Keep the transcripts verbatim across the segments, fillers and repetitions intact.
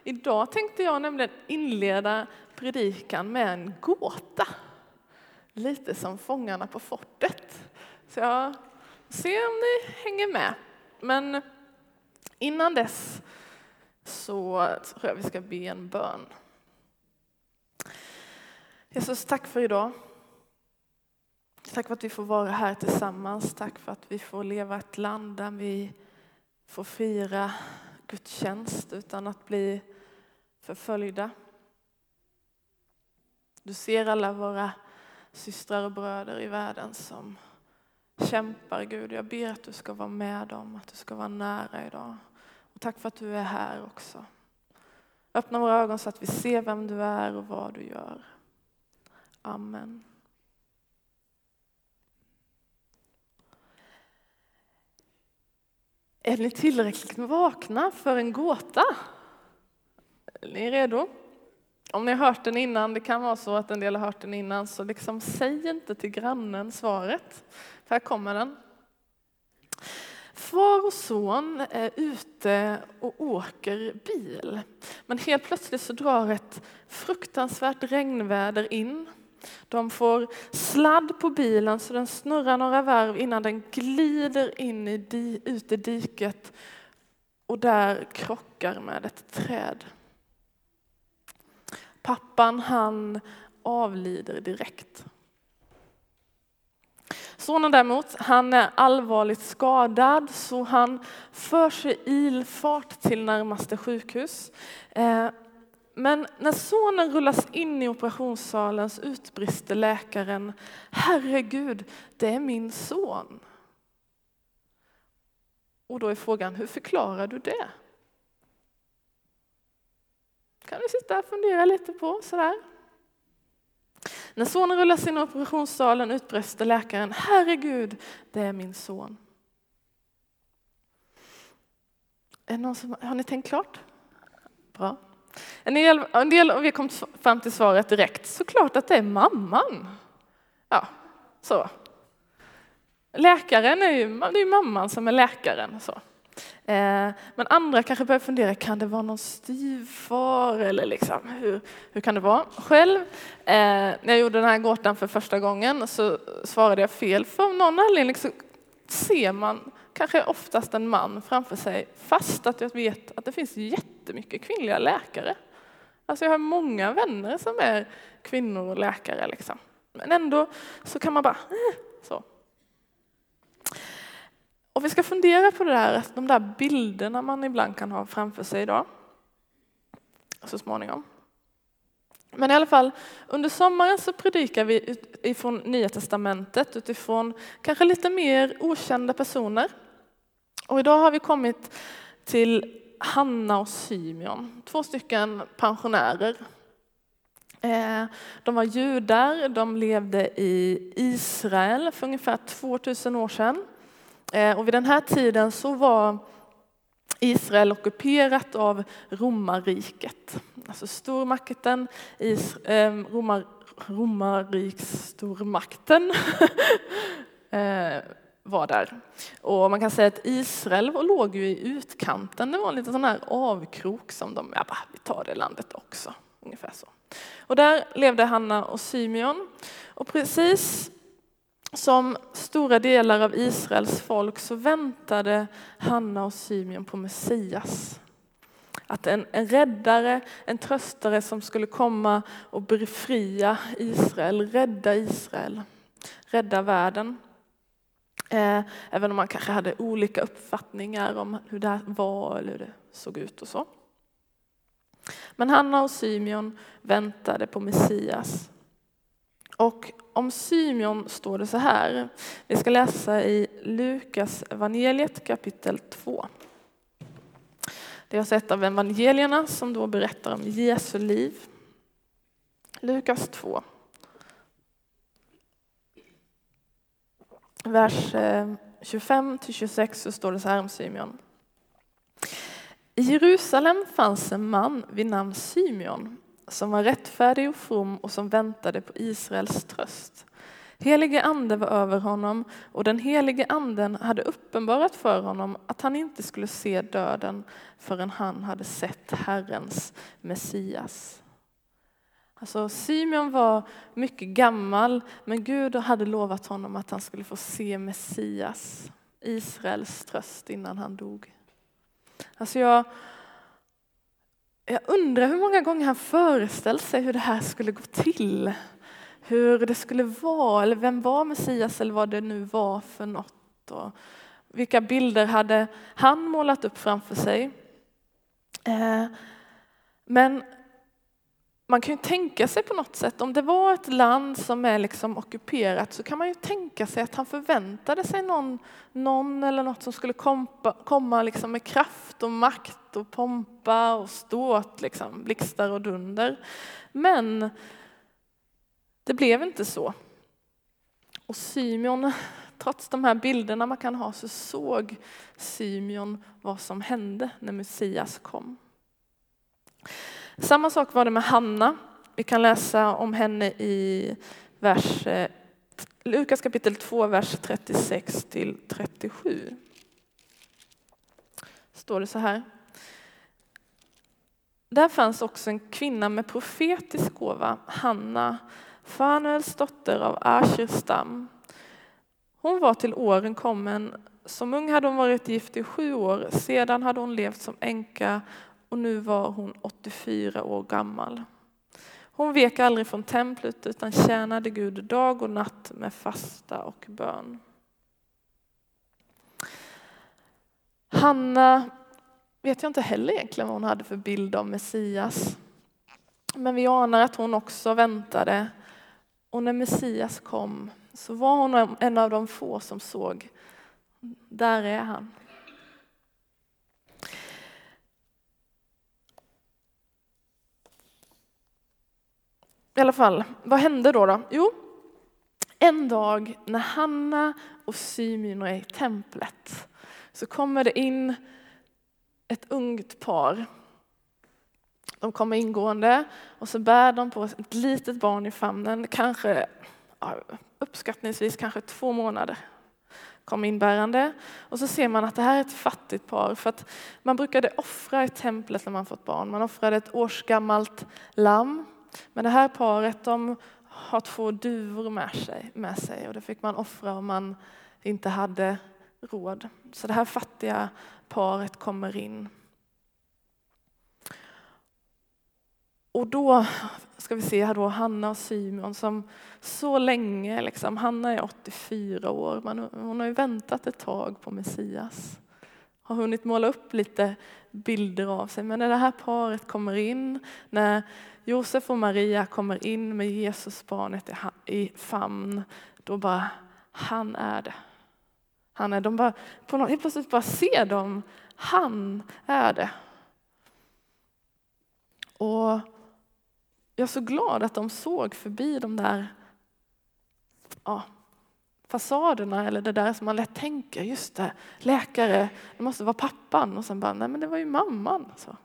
Idag tänkte jag nämligen inleda predikan med en gåta. Lite som Fångarna på fortet. Så jag ser om ni hänger med. Men innan dess så tror jag vi ska be en bön. Jesus, tack för idag. Tack för att vi får vara här tillsammans. Tack för att vi får leva ett land där vi får fira gudstjänst utan att bli förföljda. Du ser alla våra systrar och bröder i världen som kämpar, Gud. Jag ber att du ska vara med dem, att du ska vara nära idag. Och tack för att du är här också. Öppna våra ögon så att vi ser vem du är och vad du gör. Amen. Är ni tillräckligt vakna för en gåta? Är ni redo? Om ni har hört den innan, det kan vara så att en del har hört den innan, så liksom säg inte till grannen svaret. För här kommer den. Far och son är ute och åker bil. Men helt plötsligt så drar ett fruktansvärt regnväder in. De får sladd på bilen så den snurrar några varv innan den glider in i di- ut i diket och där krockar med ett träd. Pappan han avlider direkt. Sonen däremot, han är allvarligt skadad så han för sig ilfart till närmaste sjukhus. Men när sonen rullas in i operationssalen så utbrister läkaren: Herregud, det är min son. Och då är frågan, hur förklarar du det? Kan du sitta och fundera lite på sådär? När sonen rullas in i operationssalen utbrister läkaren: Herregud, det är min son. Är någon som, har ni tänkt klart? Bra. En del, en del av er kom fram till svaret direkt. Såklart att det är mamman. Ja, så. Läkaren är ju, det är ju mamman som är läkaren. Så. Eh, men andra kanske börjar fundera, kan det vara någon styvfar? Eller liksom, hur, hur kan det vara? Själv, eh, när jag gjorde den här gåtan för första gången så svarade jag fel. För av någon anledning så ser man kanske oftast en man framför sig, fast att jag vet att det finns jättemycket kvinnliga läkare. Alltså jag har många vänner som är kvinnor och läkare. Liksom. Men ändå så kan man bara, eh, så. Och vi ska fundera på det där, de där bilderna man ibland kan ha framför sig idag. Så småningom. Men i alla fall, under sommaren så predikar vi utifrån Nya testamentet, utifrån kanske lite mer okända personer. Och idag har vi kommit till Hanna och Symeon, två stycken pensionärer. De var judar, de levde i Israel för ungefär tvåtusen år sedan. Och vid den här tiden så var Israel ockuperat av romarriket. Alltså stormakten, Romar, romarriksstormakten var där. Och man kan säga att Israel låg ju i utkanten. Det var en liten sån här avkrok som de, ja bara, vi tar det landet också. Ungefär så. Och där levde Hanna och Symeon. Och precis som stora delar av Israels folk så väntade Hanna och Symeon på Messias. Att en, en räddare, en tröstare som skulle komma och befria Israel, rädda Israel, rädda världen. Eh, även om man kanske hade olika uppfattningar om hur det var eller hur det såg ut och så. Men Hanna och Symeon väntade på Messias. Och om Symeon står det så här. Vi ska läsa i Lukas evangeliet kapitel två. Det är ett av evangelierna som då berättar om Jesu liv. Lukas två. Vers tjugofem till tjugosex så står det så här om Symeon. I Jerusalem fanns en man vid namn Symeon som var rättfärdig och from och som väntade på Israels tröst. Helige ande var över honom, och den helige anden hade uppenbarat för honom att han inte skulle se döden förrän han hade sett Herrens Messias. Alltså Simeon var mycket gammal, men Gud hade lovat honom att han skulle få se Messias, Israels tröst, innan han dog. Alltså jag, jag undrar hur många gånger han föreställt sig hur det här skulle gå till. Hur det skulle vara, eller vem var Messias eller vad det nu var för något. Och vilka bilder hade han målat upp framför sig. Eh, men man kan ju tänka sig på något sätt, om det var ett land som är liksom ockuperat, så kan man ju tänka sig att han förväntade sig någon, någon eller något som skulle kompa, komma liksom med kraft och makt och pompa och ståt, liksom, blixtar och dunder. Men det blev inte så. Och Simeon, trots de här bilderna man kan ha, så såg Simeon vad som hände när Messias kom. Samma sak var det med Hanna. Vi kan läsa om henne i vers, Lukas kapitel två, vers trettiosex till trettiosju. Står det så här. Där fanns också en kvinna med profetisk gåva, Hanna, Fanuels dotter av Ashers stam. Hon var till åren kommen. Som ung hade hon varit gift i sju år. Sedan hade hon levt som änka och nu var hon åttiofyra år gammal. Hon vek aldrig från templet utan tjänade Gud dag och natt med fasta och bön. Hanna vet jag inte heller egentligen vad hon hade för bild av Messias. Men vi anar att hon också väntade. Och när Messias kom så var hon en av de få som såg. Där är han. I alla fall, vad hände då då? Jo, en dag när Hanna och Simeon är i templet så kommer det in ett ungt par. De kommer ingående och så bär de på ett litet barn i famnen, kanske ja, uppskattningsvis kanske två månader. Kommer inbärande och så ser man att det här är ett fattigt par, för att man brukade offra i templet när man fått barn. Man offrade ett årsgammalt lamm, men det här paret de har två duvor med sig, med sig och det fick man offra om man inte hade råd. Så det här fattiga paret kommer in. Och då ska vi se här då Hanna och Simeon som så länge, liksom, Hanna är åttiofyra år, man, hon har ju väntat ett tag på Messias. Har hunnit måla upp lite bilder av sig, men när det här paret kommer in, när Josef och Maria kommer in med Jesusbarnet i famn, då bara, han är det. Han är, de bara, på något, helt plötsligt bara ser de, han är det. Och jag är så glad att de såg förbi de där ja, fasaderna, eller det där som man lätt tänker, just det, läkare, det måste vara pappan, och sen bara, nej men det var ju mamman. Så.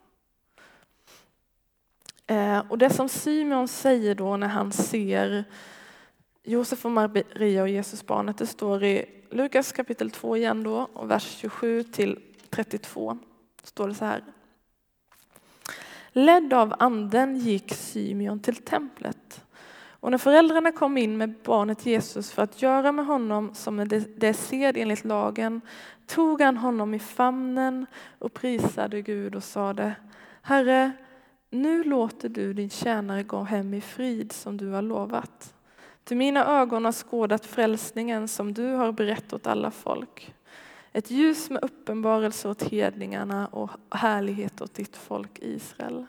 Eh, och det som Simeon säger då när han ser Josef och Maria och Jesusbarnet, det står i Lukas kapitel två igen då, och vers tjugosju till trettiotvå, står det så här. Ledd av anden gick Simeon till templet. Och när föräldrarna kom in med barnet Jesus för att göra med honom som det är sed enligt lagen, tog han honom i famnen och prisade Gud och sade, Herre, nu låter du din tjänare gå hem i frid som du har lovat. Till mina ögon har skådat frälsningen som du har berättat åt alla folk. Ett ljus med uppenbarelse åt hedningarna och härlighet åt ditt folk Israel.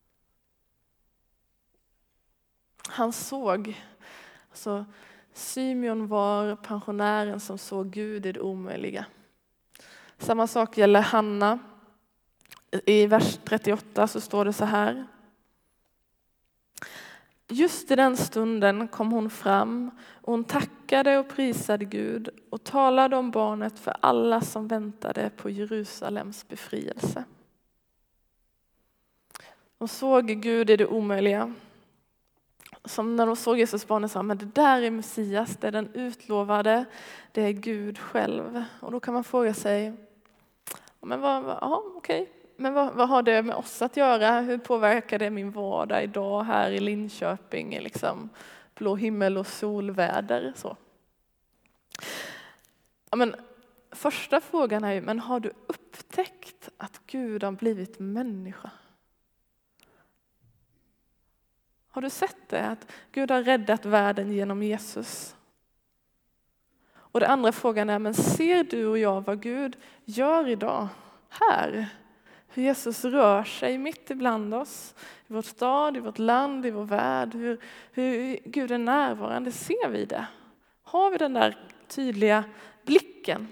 Han såg, alltså Simeon var pensionären som såg Gud i det omöjliga. Samma sak gäller Hanna. I vers trettioåtta så står det så här. Just i den stunden kom hon fram och hon tackade och prisade Gud och talade om barnet för alla som väntade på Jerusalems befrielse. De såg Gud i det omöjliga. som när de såg Jesus barnen sa, men det där är Messias, det är den utlovade, det är Gud själv. Och då kan man fråga sig, men vad, vad, aha, okej. Men vad, vad har det med oss att göra? Hur påverkar det min vardag idag här i Linköping, liksom blå himmel och solväder? Så. Ja, men första frågan är ju, men har du upptäckt att Gud har blivit människa? Har du sett det? Att Gud har räddat världen genom Jesus? Och den andra frågan är, men ser du och jag vad Gud gör idag? Här. Hur Jesus rör sig mitt ibland oss. I vår stad, i vårt land, i vår värld. Hur, hur Gud är närvarande. Ser vi det? Har vi den där tydliga blicken?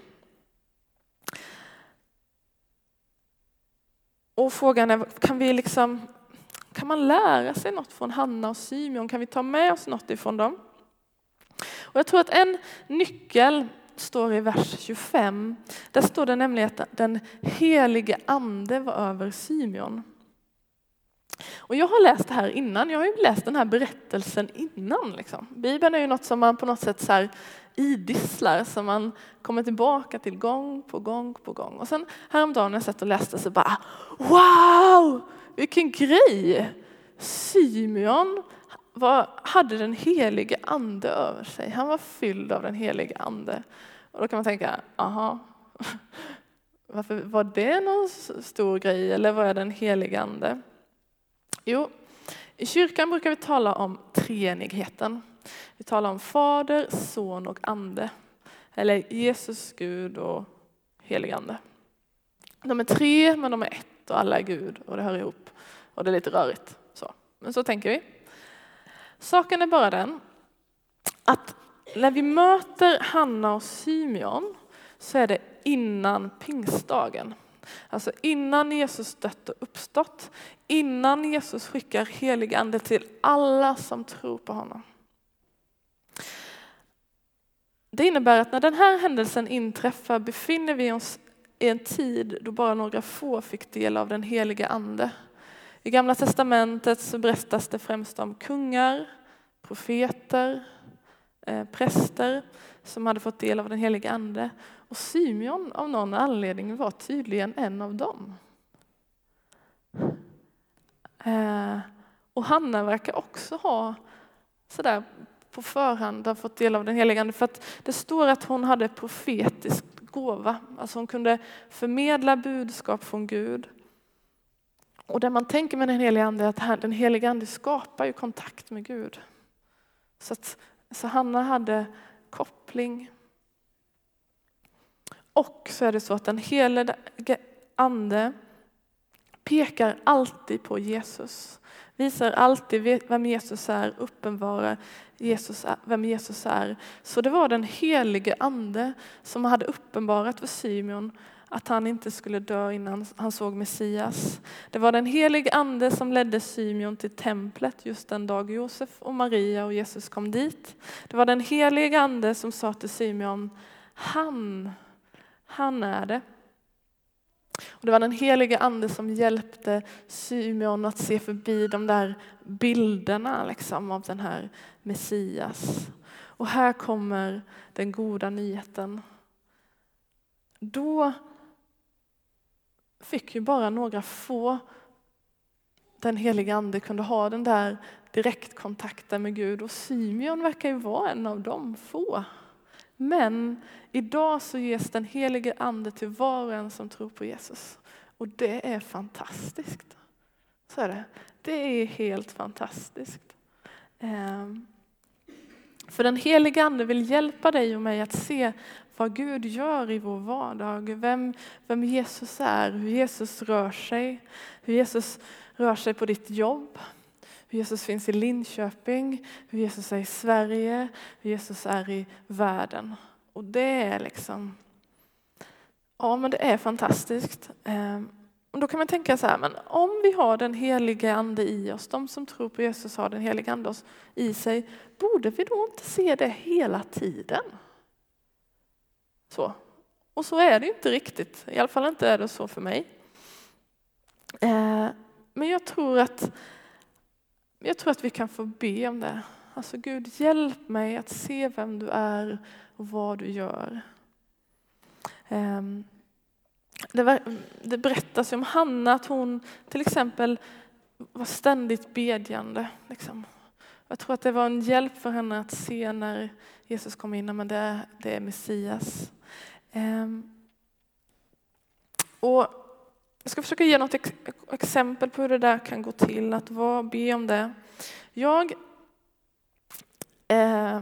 Och frågan är, kan vi liksom... Kan man lära sig något från Hanna och Symeon? Kan vi ta med oss något ifrån dem? Och jag tror att en nyckel står i vers tjugofem. Där står det nämligen att den helige ande var över Symeon. Och jag har läst det här innan. Jag har ju läst den här berättelsen innan. Liksom. Bibeln är ju något som man på något sätt så här idisslar. Som man kommer tillbaka till gång på gång på gång. Och sen häromdagen när jag satt och läste så bara, wow! Vilken grej! Symeon var, hade den helige ande över sig. Han var fylld av den helige ande. Och då kan man tänka, aha, varför var det någon stor grej? Eller vad är den helige ande? Jo, i kyrkan brukar vi tala om treenigheten. Vi talar om Fader, Son och Ande. Eller Jesus, Gud och helig ande. De är tre, men de är ett och alla är Gud och det hör ihop. Och det är lite rörigt. Så. Men så tänker vi. Saken är bara den att när vi möter Hanna och Symeon så är det innan pingstdagen. Alltså innan Jesus dött och uppstått. Innan Jesus skickar helig ande till alla som tror på honom. Det innebär att när den här händelsen inträffar befinner vi oss i en tid då bara några få fick del av den heliga ande. I Gamla testamentet så berättas det främst om kungar, profeter, eh, präster som hade fått del av den heliga ande. Och Symeon av någon anledning var tydligen en av dem. Eh, och Hanna verkar också ha sådär på förhand har fått del av den heliga ande. För att det står att hon hade profetisk gåva. Alltså hon kunde förmedla budskap från Gud. Och det man tänker med den heliga ande är att den heliga ande skapar ju kontakt med Gud. Så, att, så Hanna hade koppling. Och så är det så att den heliga ande pekar alltid på Jesus. Visar alltid vem Jesus är, uppenbarar Jesus, vem Jesus är. Så det var den helige ande som hade uppenbarat för Symeon att han inte skulle dö innan han såg Messias. Det var den helige ande som ledde Symeon till templet just den dag Josef och Maria och Jesus kom dit. Det var den helige ande som sa till Symeon, han, han är det. Och det var den helige ande som hjälpte Symeon att se förbi de där bilderna liksom, av den här Messias. Och här kommer den goda nyheten. Då fick ju bara några få den heliga ande kunde ha den där direktkontakten med Gud. Och Symeon verkar ju vara en av de få. Men idag så ges den helige ande till var och en som tror på Jesus. Och det är fantastiskt. Så är det. Det är helt fantastiskt. Um, för den helige ande vill hjälpa dig och mig att se vad Gud gör i vår vardag. Vem, vem Jesus är, hur Jesus rör sig. Hur Jesus rör sig på ditt jobb. Hur Jesus finns i Linköping. Hur Jesus är i Sverige. Hur Jesus är i världen. Och det är liksom... Ja, men det är fantastiskt. Och då kan man tänka så här, men om vi har den heliga ande i oss, de som tror på Jesus har den heliga ande i sig, borde vi då inte se det hela tiden? Så. Och så är det inte riktigt. I alla fall inte är det så för mig. Men jag tror att jag tror att vi kan få be om det. Alltså Gud, hjälp mig att se vem du är och vad du gör. Um, det, var, det berättas om Hanna att hon till exempel var ständigt bedjande. Liksom. Jag tror att det var en hjälp för henne att se när Jesus kom in, men det, det är Messias. Um, och jag ska försöka ge något ex- exempel på hur det där kan gå till, att vara, be om det. Jag eh,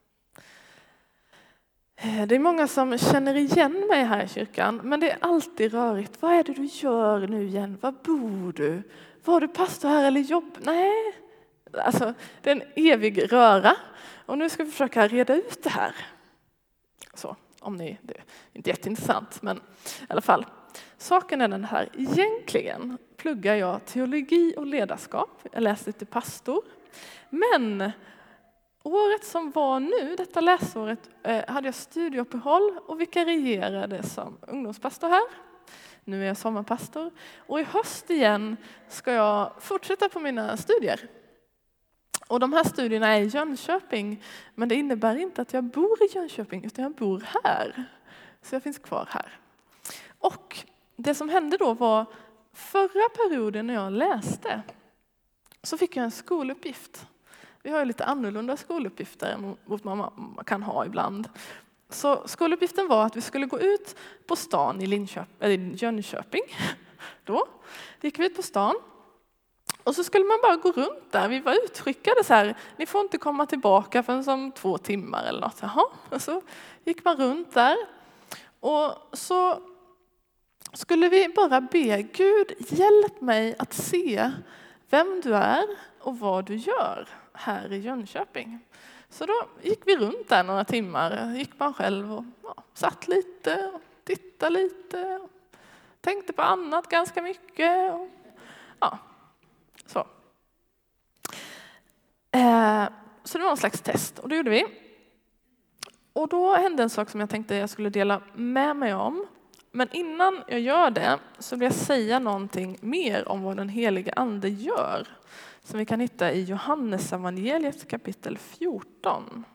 det är många som känner igen mig här i kyrkan, men det är alltid rörigt. Vad är det du gör nu igen? Var bor du? Var du pastor här eller jobb? Nej, alltså det är en evig röra. Och nu ska vi försöka reda ut det här. Så, om ni, det är inte jätteintressant, men i alla fall. Saken är den här, egentligen pluggar jag teologi och ledarskap. Jag läste till pastor. Men året som var nu, detta läsåret, hade jag studieuppehåll och vikarierade som ungdomspastor här. Nu är jag sommarpastor. Och i höst igen ska jag fortsätta på mina studier. Och de här studierna är i Jönköping, men det innebär inte att jag bor i Jönköping, utan jag bor här. Så jag finns kvar här. Och det som hände då var, förra perioden när jag läste så fick jag en skoluppgift. Vi har ju lite annorlunda skoluppgifter än vad man kan ha ibland. Så skoluppgiften var att vi skulle gå ut på stan i Linköping, eller Jönköping. Då gick vi ut på stan. Och så skulle man bara gå runt där. Vi var utskickade så här. Ni får inte komma tillbaka förrän som två timmar eller något. Jaha. Och så gick man runt där. Och så skulle vi bara be, Gud, hjälp mig att se vem du är och vad du gör här i Jönköping. Så då gick vi runt där några timmar. Gick man själv och ja, satt lite och tittade lite. Och tänkte på annat ganska mycket. Och, ja, så. Eh, så det var en slags test och det gjorde vi. Och då hände en sak som jag tänkte jag skulle dela med mig om. Men innan jag gör det så vill jag säga någonting mer om vad den helige ande gör. Som vi kan hitta i Johannes evangeliet kapitel fjorton.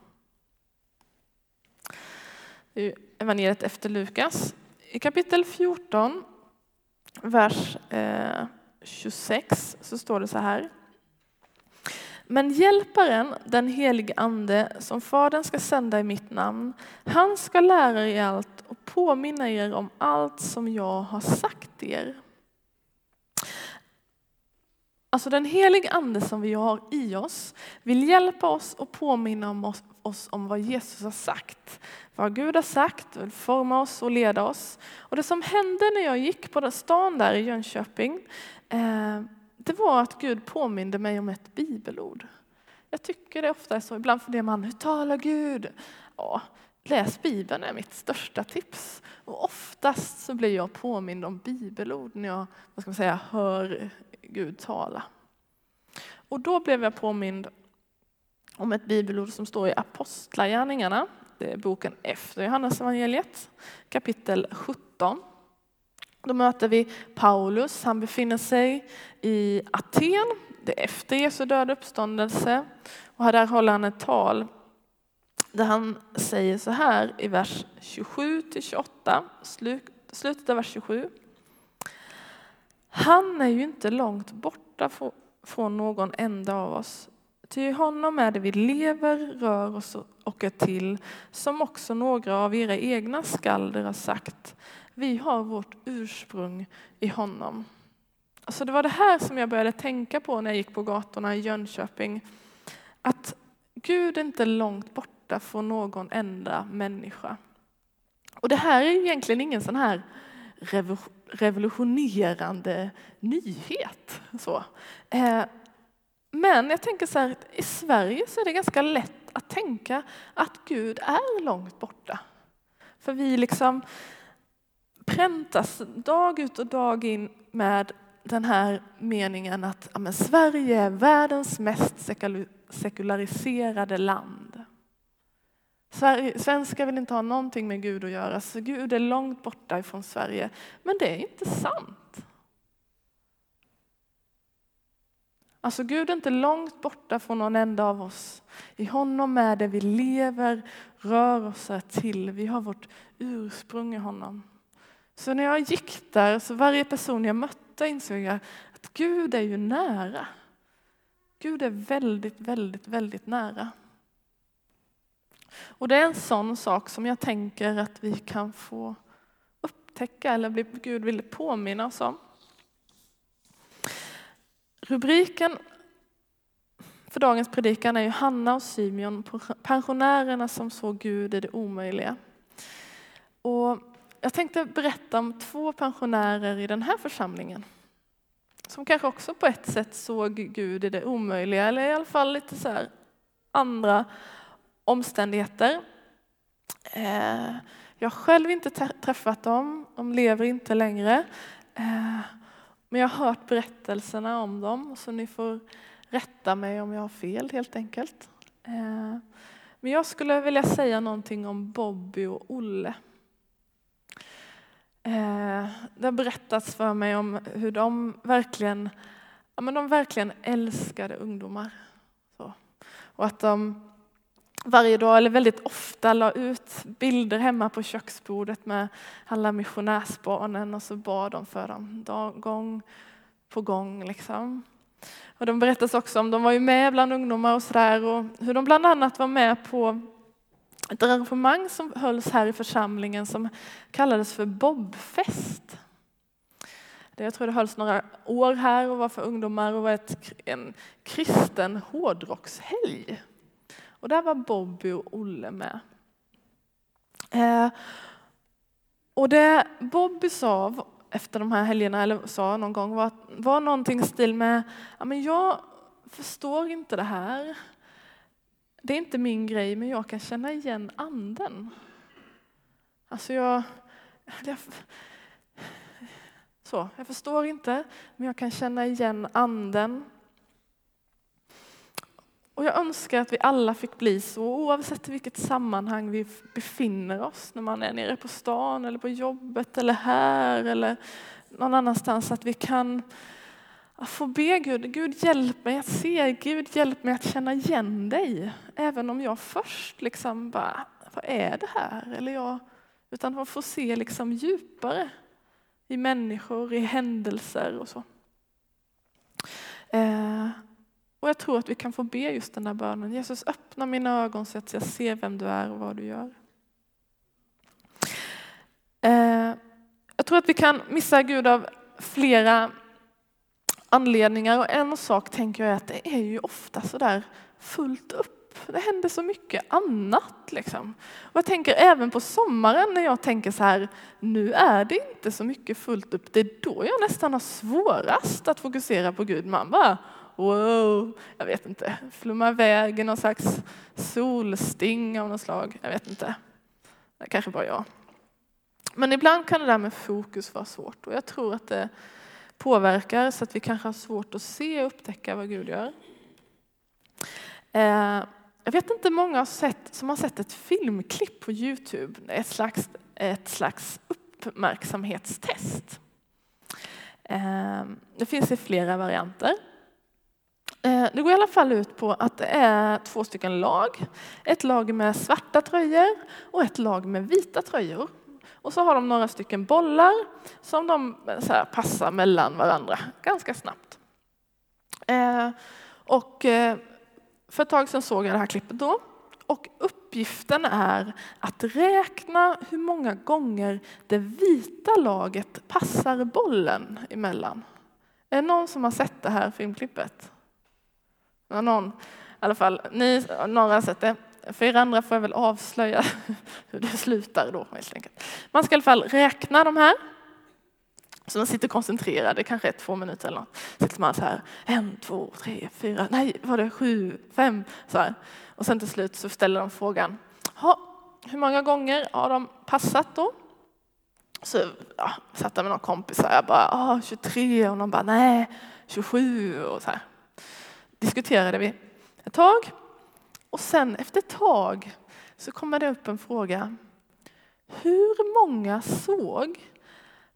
Det är evangeliet efter Lukas. I kapitel fjorton, vers eh, tjugosex så står det så här. Men hjälparen, den helige ande, som Fadern ska sända i mitt namn, han ska lära er allt och påminna er om allt som jag har sagt er. Alltså den helige ande som vi har i oss vill hjälpa oss och påminna om oss, oss om vad Jesus har sagt. Vad Gud har sagt, vill forma oss och leda oss. Och det som hände när jag gick på den stan där i Jönköping, eh, det var att Gud påminde mig om ett bibelord. Jag tycker det ofta är så. Ibland funderar man, hur talar Gud? Ja, läs Bibeln är mitt största tips. Och oftast så blir jag påmind om bibelord när jag, vad ska man säga, hör Gud tala. Och då blev jag påmind om ett bibelord som står i Apostlagärningarna. Det är boken efter Johannes evangeliet, kapitel sjutton. Då möter vi Paulus, han befinner sig i Aten, det är efter Jesu död uppståndelse. Och där håller han ett tal där han säger så här i vers tjugosju till tjugoåtta, slutet av vers tjugosju. Han är ju inte långt borta från någon enda av oss. Till honom är det vi lever, rör oss och är till, som också några av era egna skalder har sagt. Vi har vårt ursprung i honom. Alltså det var det här som jag började tänka på när jag gick på gatorna i Jönköping. Att Gud är inte långt borta från någon enda människa. Och det här är egentligen ingen sån här revolutionerande nyhet. Så. Men jag tänker så här, i Sverige så är det ganska lätt att tänka att Gud är långt borta. För vi liksom präntas dag ut och dag in med den här meningen att ja, men Sverige är världens mest sekulariserade land. Sverige, svenskar vill inte ha någonting med Gud att göra, så Gud är långt borta ifrån Sverige. Men det är inte sant. Alltså Gud är inte långt borta från någon enda av oss. I honom är det vi lever, rör oss till. Vi har vårt ursprung i honom. Så när jag gick där, så varje person jag mötte insåg jag att Gud är ju nära. Gud är väldigt, väldigt, väldigt nära. Och det är en sån sak som jag tänker att vi kan få upptäcka eller bli, Gud vill påminna oss om. Rubriken för dagens predikan är ju Hanna och Simeon, pensionärerna som såg Gud i det omöjliga. Och jag tänkte berätta om två pensionärer i den här församlingen. Som kanske också på ett sätt såg Gud i det omöjliga. Eller i alla fall lite så här andra omständigheter. Jag har själv inte träffat dem. De lever inte längre. Men jag har hört berättelserna om dem. Så ni får rätta mig om jag har fel helt enkelt. Men jag skulle vilja säga någonting om Bobby och Olle. Det har berättats för mig om hur de verkligen, ja, men de verkligen älskade ungdomar. Så. Och att de varje dag eller väldigt ofta la ut bilder hemma på köksbordet med alla missionärsbarnen och så bad de för dem dag, gång på gång. Liksom. Och de berättas också om de var ju med bland ungdomar och sådär och hur de bland annat var med på ett arrangemang som hölls här i församlingen som kallades för Bobfest. Jag tror det hölls några år här och var för ungdomar och var ett, en kristen hårdrockshelg. Och där var Bobby och Olle med. Eh, och det Bobby sa efter de här helgerna, eller sa någon gång, var, var någonting i stil med ja, men jag förstår inte det här. Det är inte min grej, men jag kan känna igen anden. Alltså jag... jag så, jag förstår inte, men jag kan känna igen anden. Och jag önskar att vi alla fick bli så, oavsett i vilket sammanhang vi befinner oss. När man är nere på stan, eller på jobbet, eller här, eller någon annanstans. Att vi kan få be Gud, Gud hjälp mig att se, Gud hjälp mig att känna igen dig. Även om jag först liksom bara, vad är det här? Eller jag, utan man får se liksom djupare i människor, i händelser och så. Eh, och jag tror att vi kan få be just den där bönen. Jesus, öppna mina ögon så att jag ser vem du är och vad du gör. Eh, jag tror att vi kan missa Gud av flera anledningar. Och en sak tänker jag är att det är ju ofta så där fullt upp. Det händer så mycket annat liksom. Och jag tänker även på sommaren när jag tänker så här, nu är det inte så mycket fullt upp. Det är då jag nästan har svårast att fokusera på Gud. Man bara, wow, jag vet inte. Flumma iväg i någon slags solsting av något slag. Jag vet inte. Det är kanske bara jag. Men ibland kan det där med fokus vara svårt. Och jag tror att det påverkar så att vi kanske har svårt att se och upptäcka vad Gud gör. Eh, jag vet inte många har sett, som har sett ett filmklipp på YouTube. Ett slags, ett slags uppmärksamhetstest. Eh, det finns i flera varianter. Eh, det går i alla fall ut på att det är två stycken lag. Ett lag med svarta tröjor och ett lag med vita tröjor. Och så har de några stycken bollar som de så här passar mellan varandra ganska snabbt. Eh, och eh, för ett tag sedan såg jag det här klippet då. Och uppgiften är att räkna hur många gånger det vita laget passar bollen emellan. Är det någon som har sett det här filmklippet? Ja, någon, i alla fall, ni, några har sett det. För er andra får jag väl avslöja hur det slutar då helt enkelt. Man ska i alla fall räkna de här. Så man sitter koncentrerad, det kanske är två minuter eller något. Sitter man så här, en, två, tre, fyra, nej, var det sju, fem, så här. Och sen till slut så ställer de frågan, hur många gånger har de passat då? Så ja, satt jag med någon kompis och jag bara, ah, tjugotre, och någon bara, nej, tjugosju och så här. Diskuterade vi ett tag. Och sen efter ett tag så kommer det upp en fråga. Hur många såg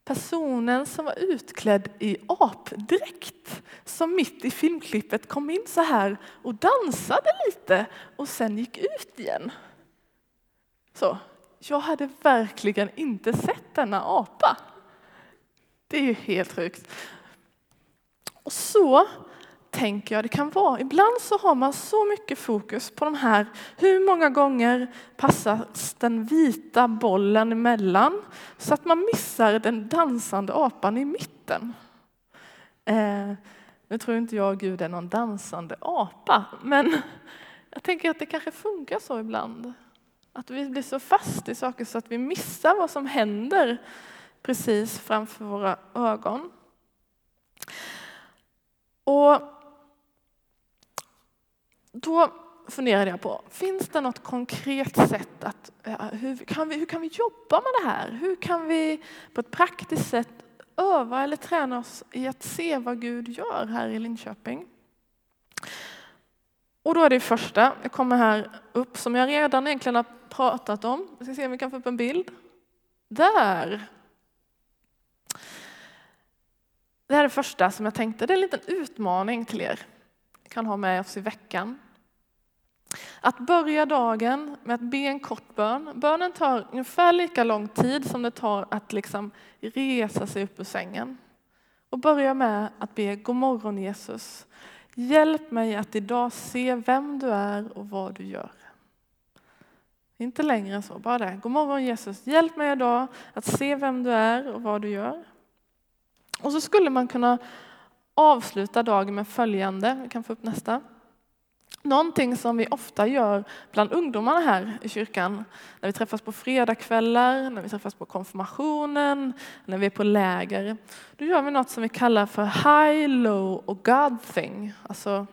personen som var utklädd i apdräkt som mitt i filmklippet kom in så här och dansade lite och sen gick ut igen. Så, jag hade verkligen inte sett denna apa. Det är ju helt sjukt. Och så tänker jag det kan vara. Ibland så har man så mycket fokus på de här. Hur många gånger passas den vita bollen emellan så att man missar den dansande apan i mitten. Eh, nu tror inte jag Gud är någon dansande apa. Men jag tänker att det kanske funkar så ibland. Att vi blir så fast i saker så att vi missar vad som händer precis framför våra ögon. Och då funderade jag på, finns det något konkret sätt att, hur kan vi, hur kan vi jobba med det här? Hur kan vi på ett praktiskt sätt öva eller träna oss i att se vad Gud gör här i Linköping? Och då är det första, jag kommer här upp som jag redan egentligen har pratat om. Vi ska se om vi kan få upp en bild. Där! Det här är det första som jag tänkte, det är en liten utmaning till er. Vi kan ha med oss i veckan. Att börja dagen med att be en kort bön. Bönen tar ungefär lika lång tid som det tar att liksom resa sig upp ur sängen. Och börja med att be, god morgon Jesus. Hjälp mig att idag se vem du är och vad du gör. Inte längre än så, bara det. God morgon Jesus, hjälp mig idag att se vem du är och vad du gör. Och så skulle man kunna avsluta dagen med följande. Vi kan få upp nästa. Någonting som vi ofta gör bland ungdomarna här i kyrkan. När vi träffas på fredagskvällar, när vi träffas på konfirmationen, när vi är på läger. Då gör vi något som vi kallar för high, low och God thing. Alltså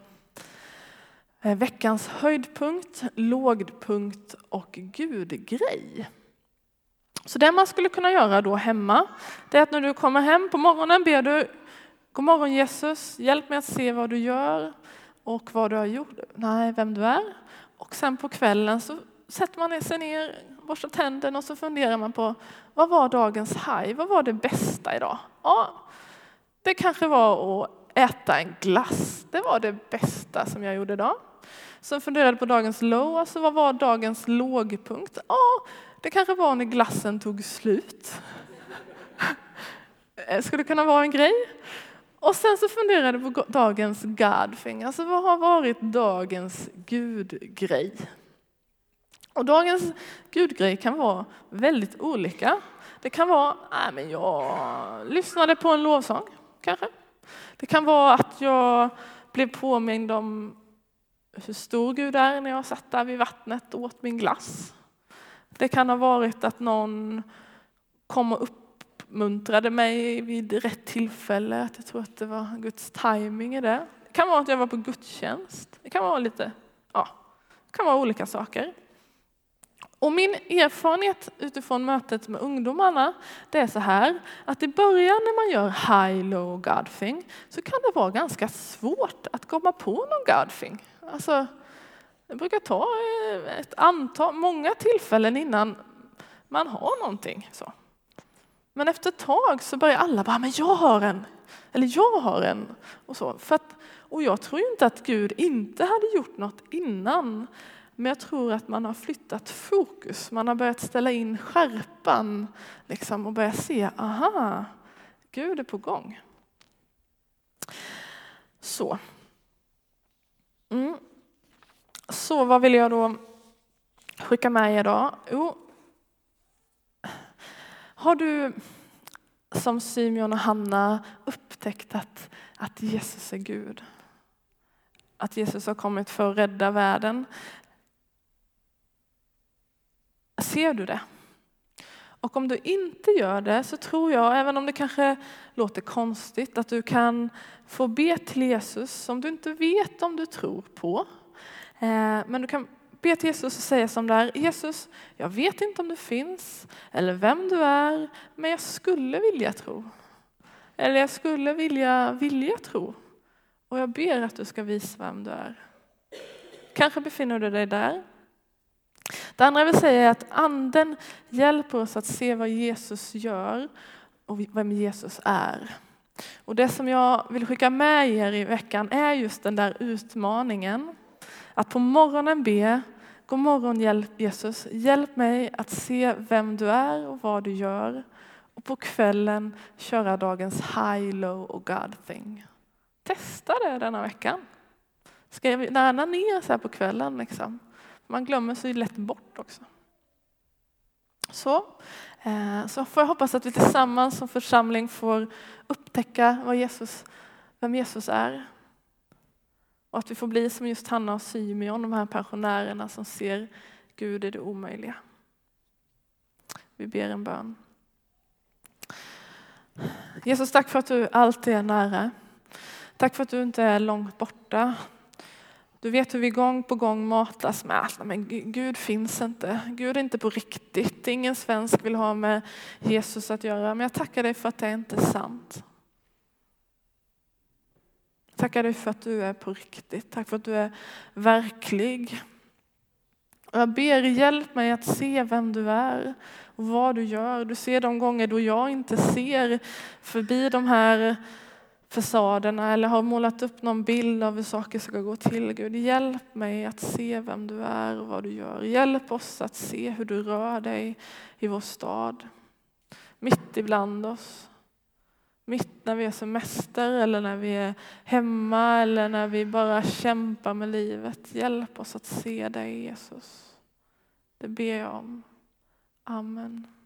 veckans höjdpunkt, lågpunkt och Gudgrej. Så det man skulle kunna göra då hemma, det är att när du kommer hem på morgonen ber du, god morgon Jesus, hjälp mig att se vad du gör och vad du har gjort, nej, vem du är. Och sen på kvällen så sätter man sig ner, borstar tänderna och så funderar man på, vad var dagens high, vad var det bästa idag? Ja, det kanske var att äta en glass, det var det bästa som jag gjorde idag. Så funderade på dagens low, alltså vad var dagens lågpunkt? Ja, det kanske var när glassen tog slut. Skulle det kunna vara en grej? Och sen så funderade jag på dagens God-thing. Alltså vad har varit dagens Gud-grej? Och dagens Gud-grej kan vara väldigt olika. Det kan vara, nej men jag lyssnade på en lovsång kanske. Det kan vara att jag blev påmind om hur stor Gud är när jag satt där vid vattnet och åt min glass. Det kan ha varit att någon kom och uppmuntrade mig vid rätt tillfälle. Att jag tror att det var Guds timing i det. Det kan vara att jag var på gudstjänst. Det kan vara lite, ja, det kan vara olika saker. Och min erfarenhet utifrån mötet med ungdomarna, det är så här. Att i början när man gör high, low, God thing så kan det vara ganska svårt att komma på någon God thing. Alltså, det brukar ta ett antal, många tillfällen innan man har någonting. Så. Men efter ett tag så börjar alla bara, men jag har en. Eller jag har en. Och, så. För att, och jag tror inte att Gud inte hade gjort något innan. Men jag tror att man har flyttat fokus. Man har börjat ställa in skärpan. Liksom, och börjat se, aha, Gud är på gång. Så. Mm. Så vad vill jag då skicka med er då? Jo. Har du som Simeon och Hanna upptäckt att, att Jesus är Gud? Att Jesus har kommit för att rädda världen? Ser du det? Och om du inte gör det så tror jag, även om det kanske låter konstigt, att du kan få be till Jesus som du inte vet om du tror på. Men du kan be till Jesus och säga som där, Jesus, jag vet inte om du finns eller vem du är, men jag skulle vilja tro. Eller jag skulle vilja, vilja tro. Och jag ber att du ska visa vem du är. Kanske befinner du dig där. Det andra jag vill säga är att anden hjälper oss att se vad Jesus gör och vem Jesus är. Och det som jag vill skicka med er i veckan är just den där utmaningen. Att på morgonen be, god morgon hjälp Jesus, hjälp mig att se vem du är och vad du gör. Och på kvällen köra dagens high, low och God thing. Testa det denna veckan. Skriv gärna ner så här på kvällen. Liksom. Man glömmer sig lätt bort också. Så, eh, så får jag hoppas att vi tillsammans som församling får upptäcka vad Jesus, vem Jesus är. Och att vi får bli som just Hanna och Symeon, de här pensionärerna som ser Gud i det omöjliga. Vi ber en bön. Jesus, tack för att du alltid är nära. Tack för att du inte är långt borta. Du vet hur vi gång på gång matas med att men Gud finns inte. Gud är inte på riktigt. Ingen svensk vill ha med Jesus att göra. Men jag tackar dig för att det inte är sant. Tackar dig för att du är på riktigt. Tack för att du är verklig. Och jag ber, hjälp mig att se vem du är och vad du gör. Du ser de gånger då jag inte ser förbi de här fasaderna eller har målat upp någon bild av hur saker ska gå till. Gud, hjälp mig att se vem du är och vad du gör. Hjälp oss att se hur du rör dig i vår stad. Mitt ibland oss. Mitt när vi är semester eller när vi är hemma eller när vi bara kämpar med livet. Hjälp oss att se dig, Jesus. Det ber jag om. Amen.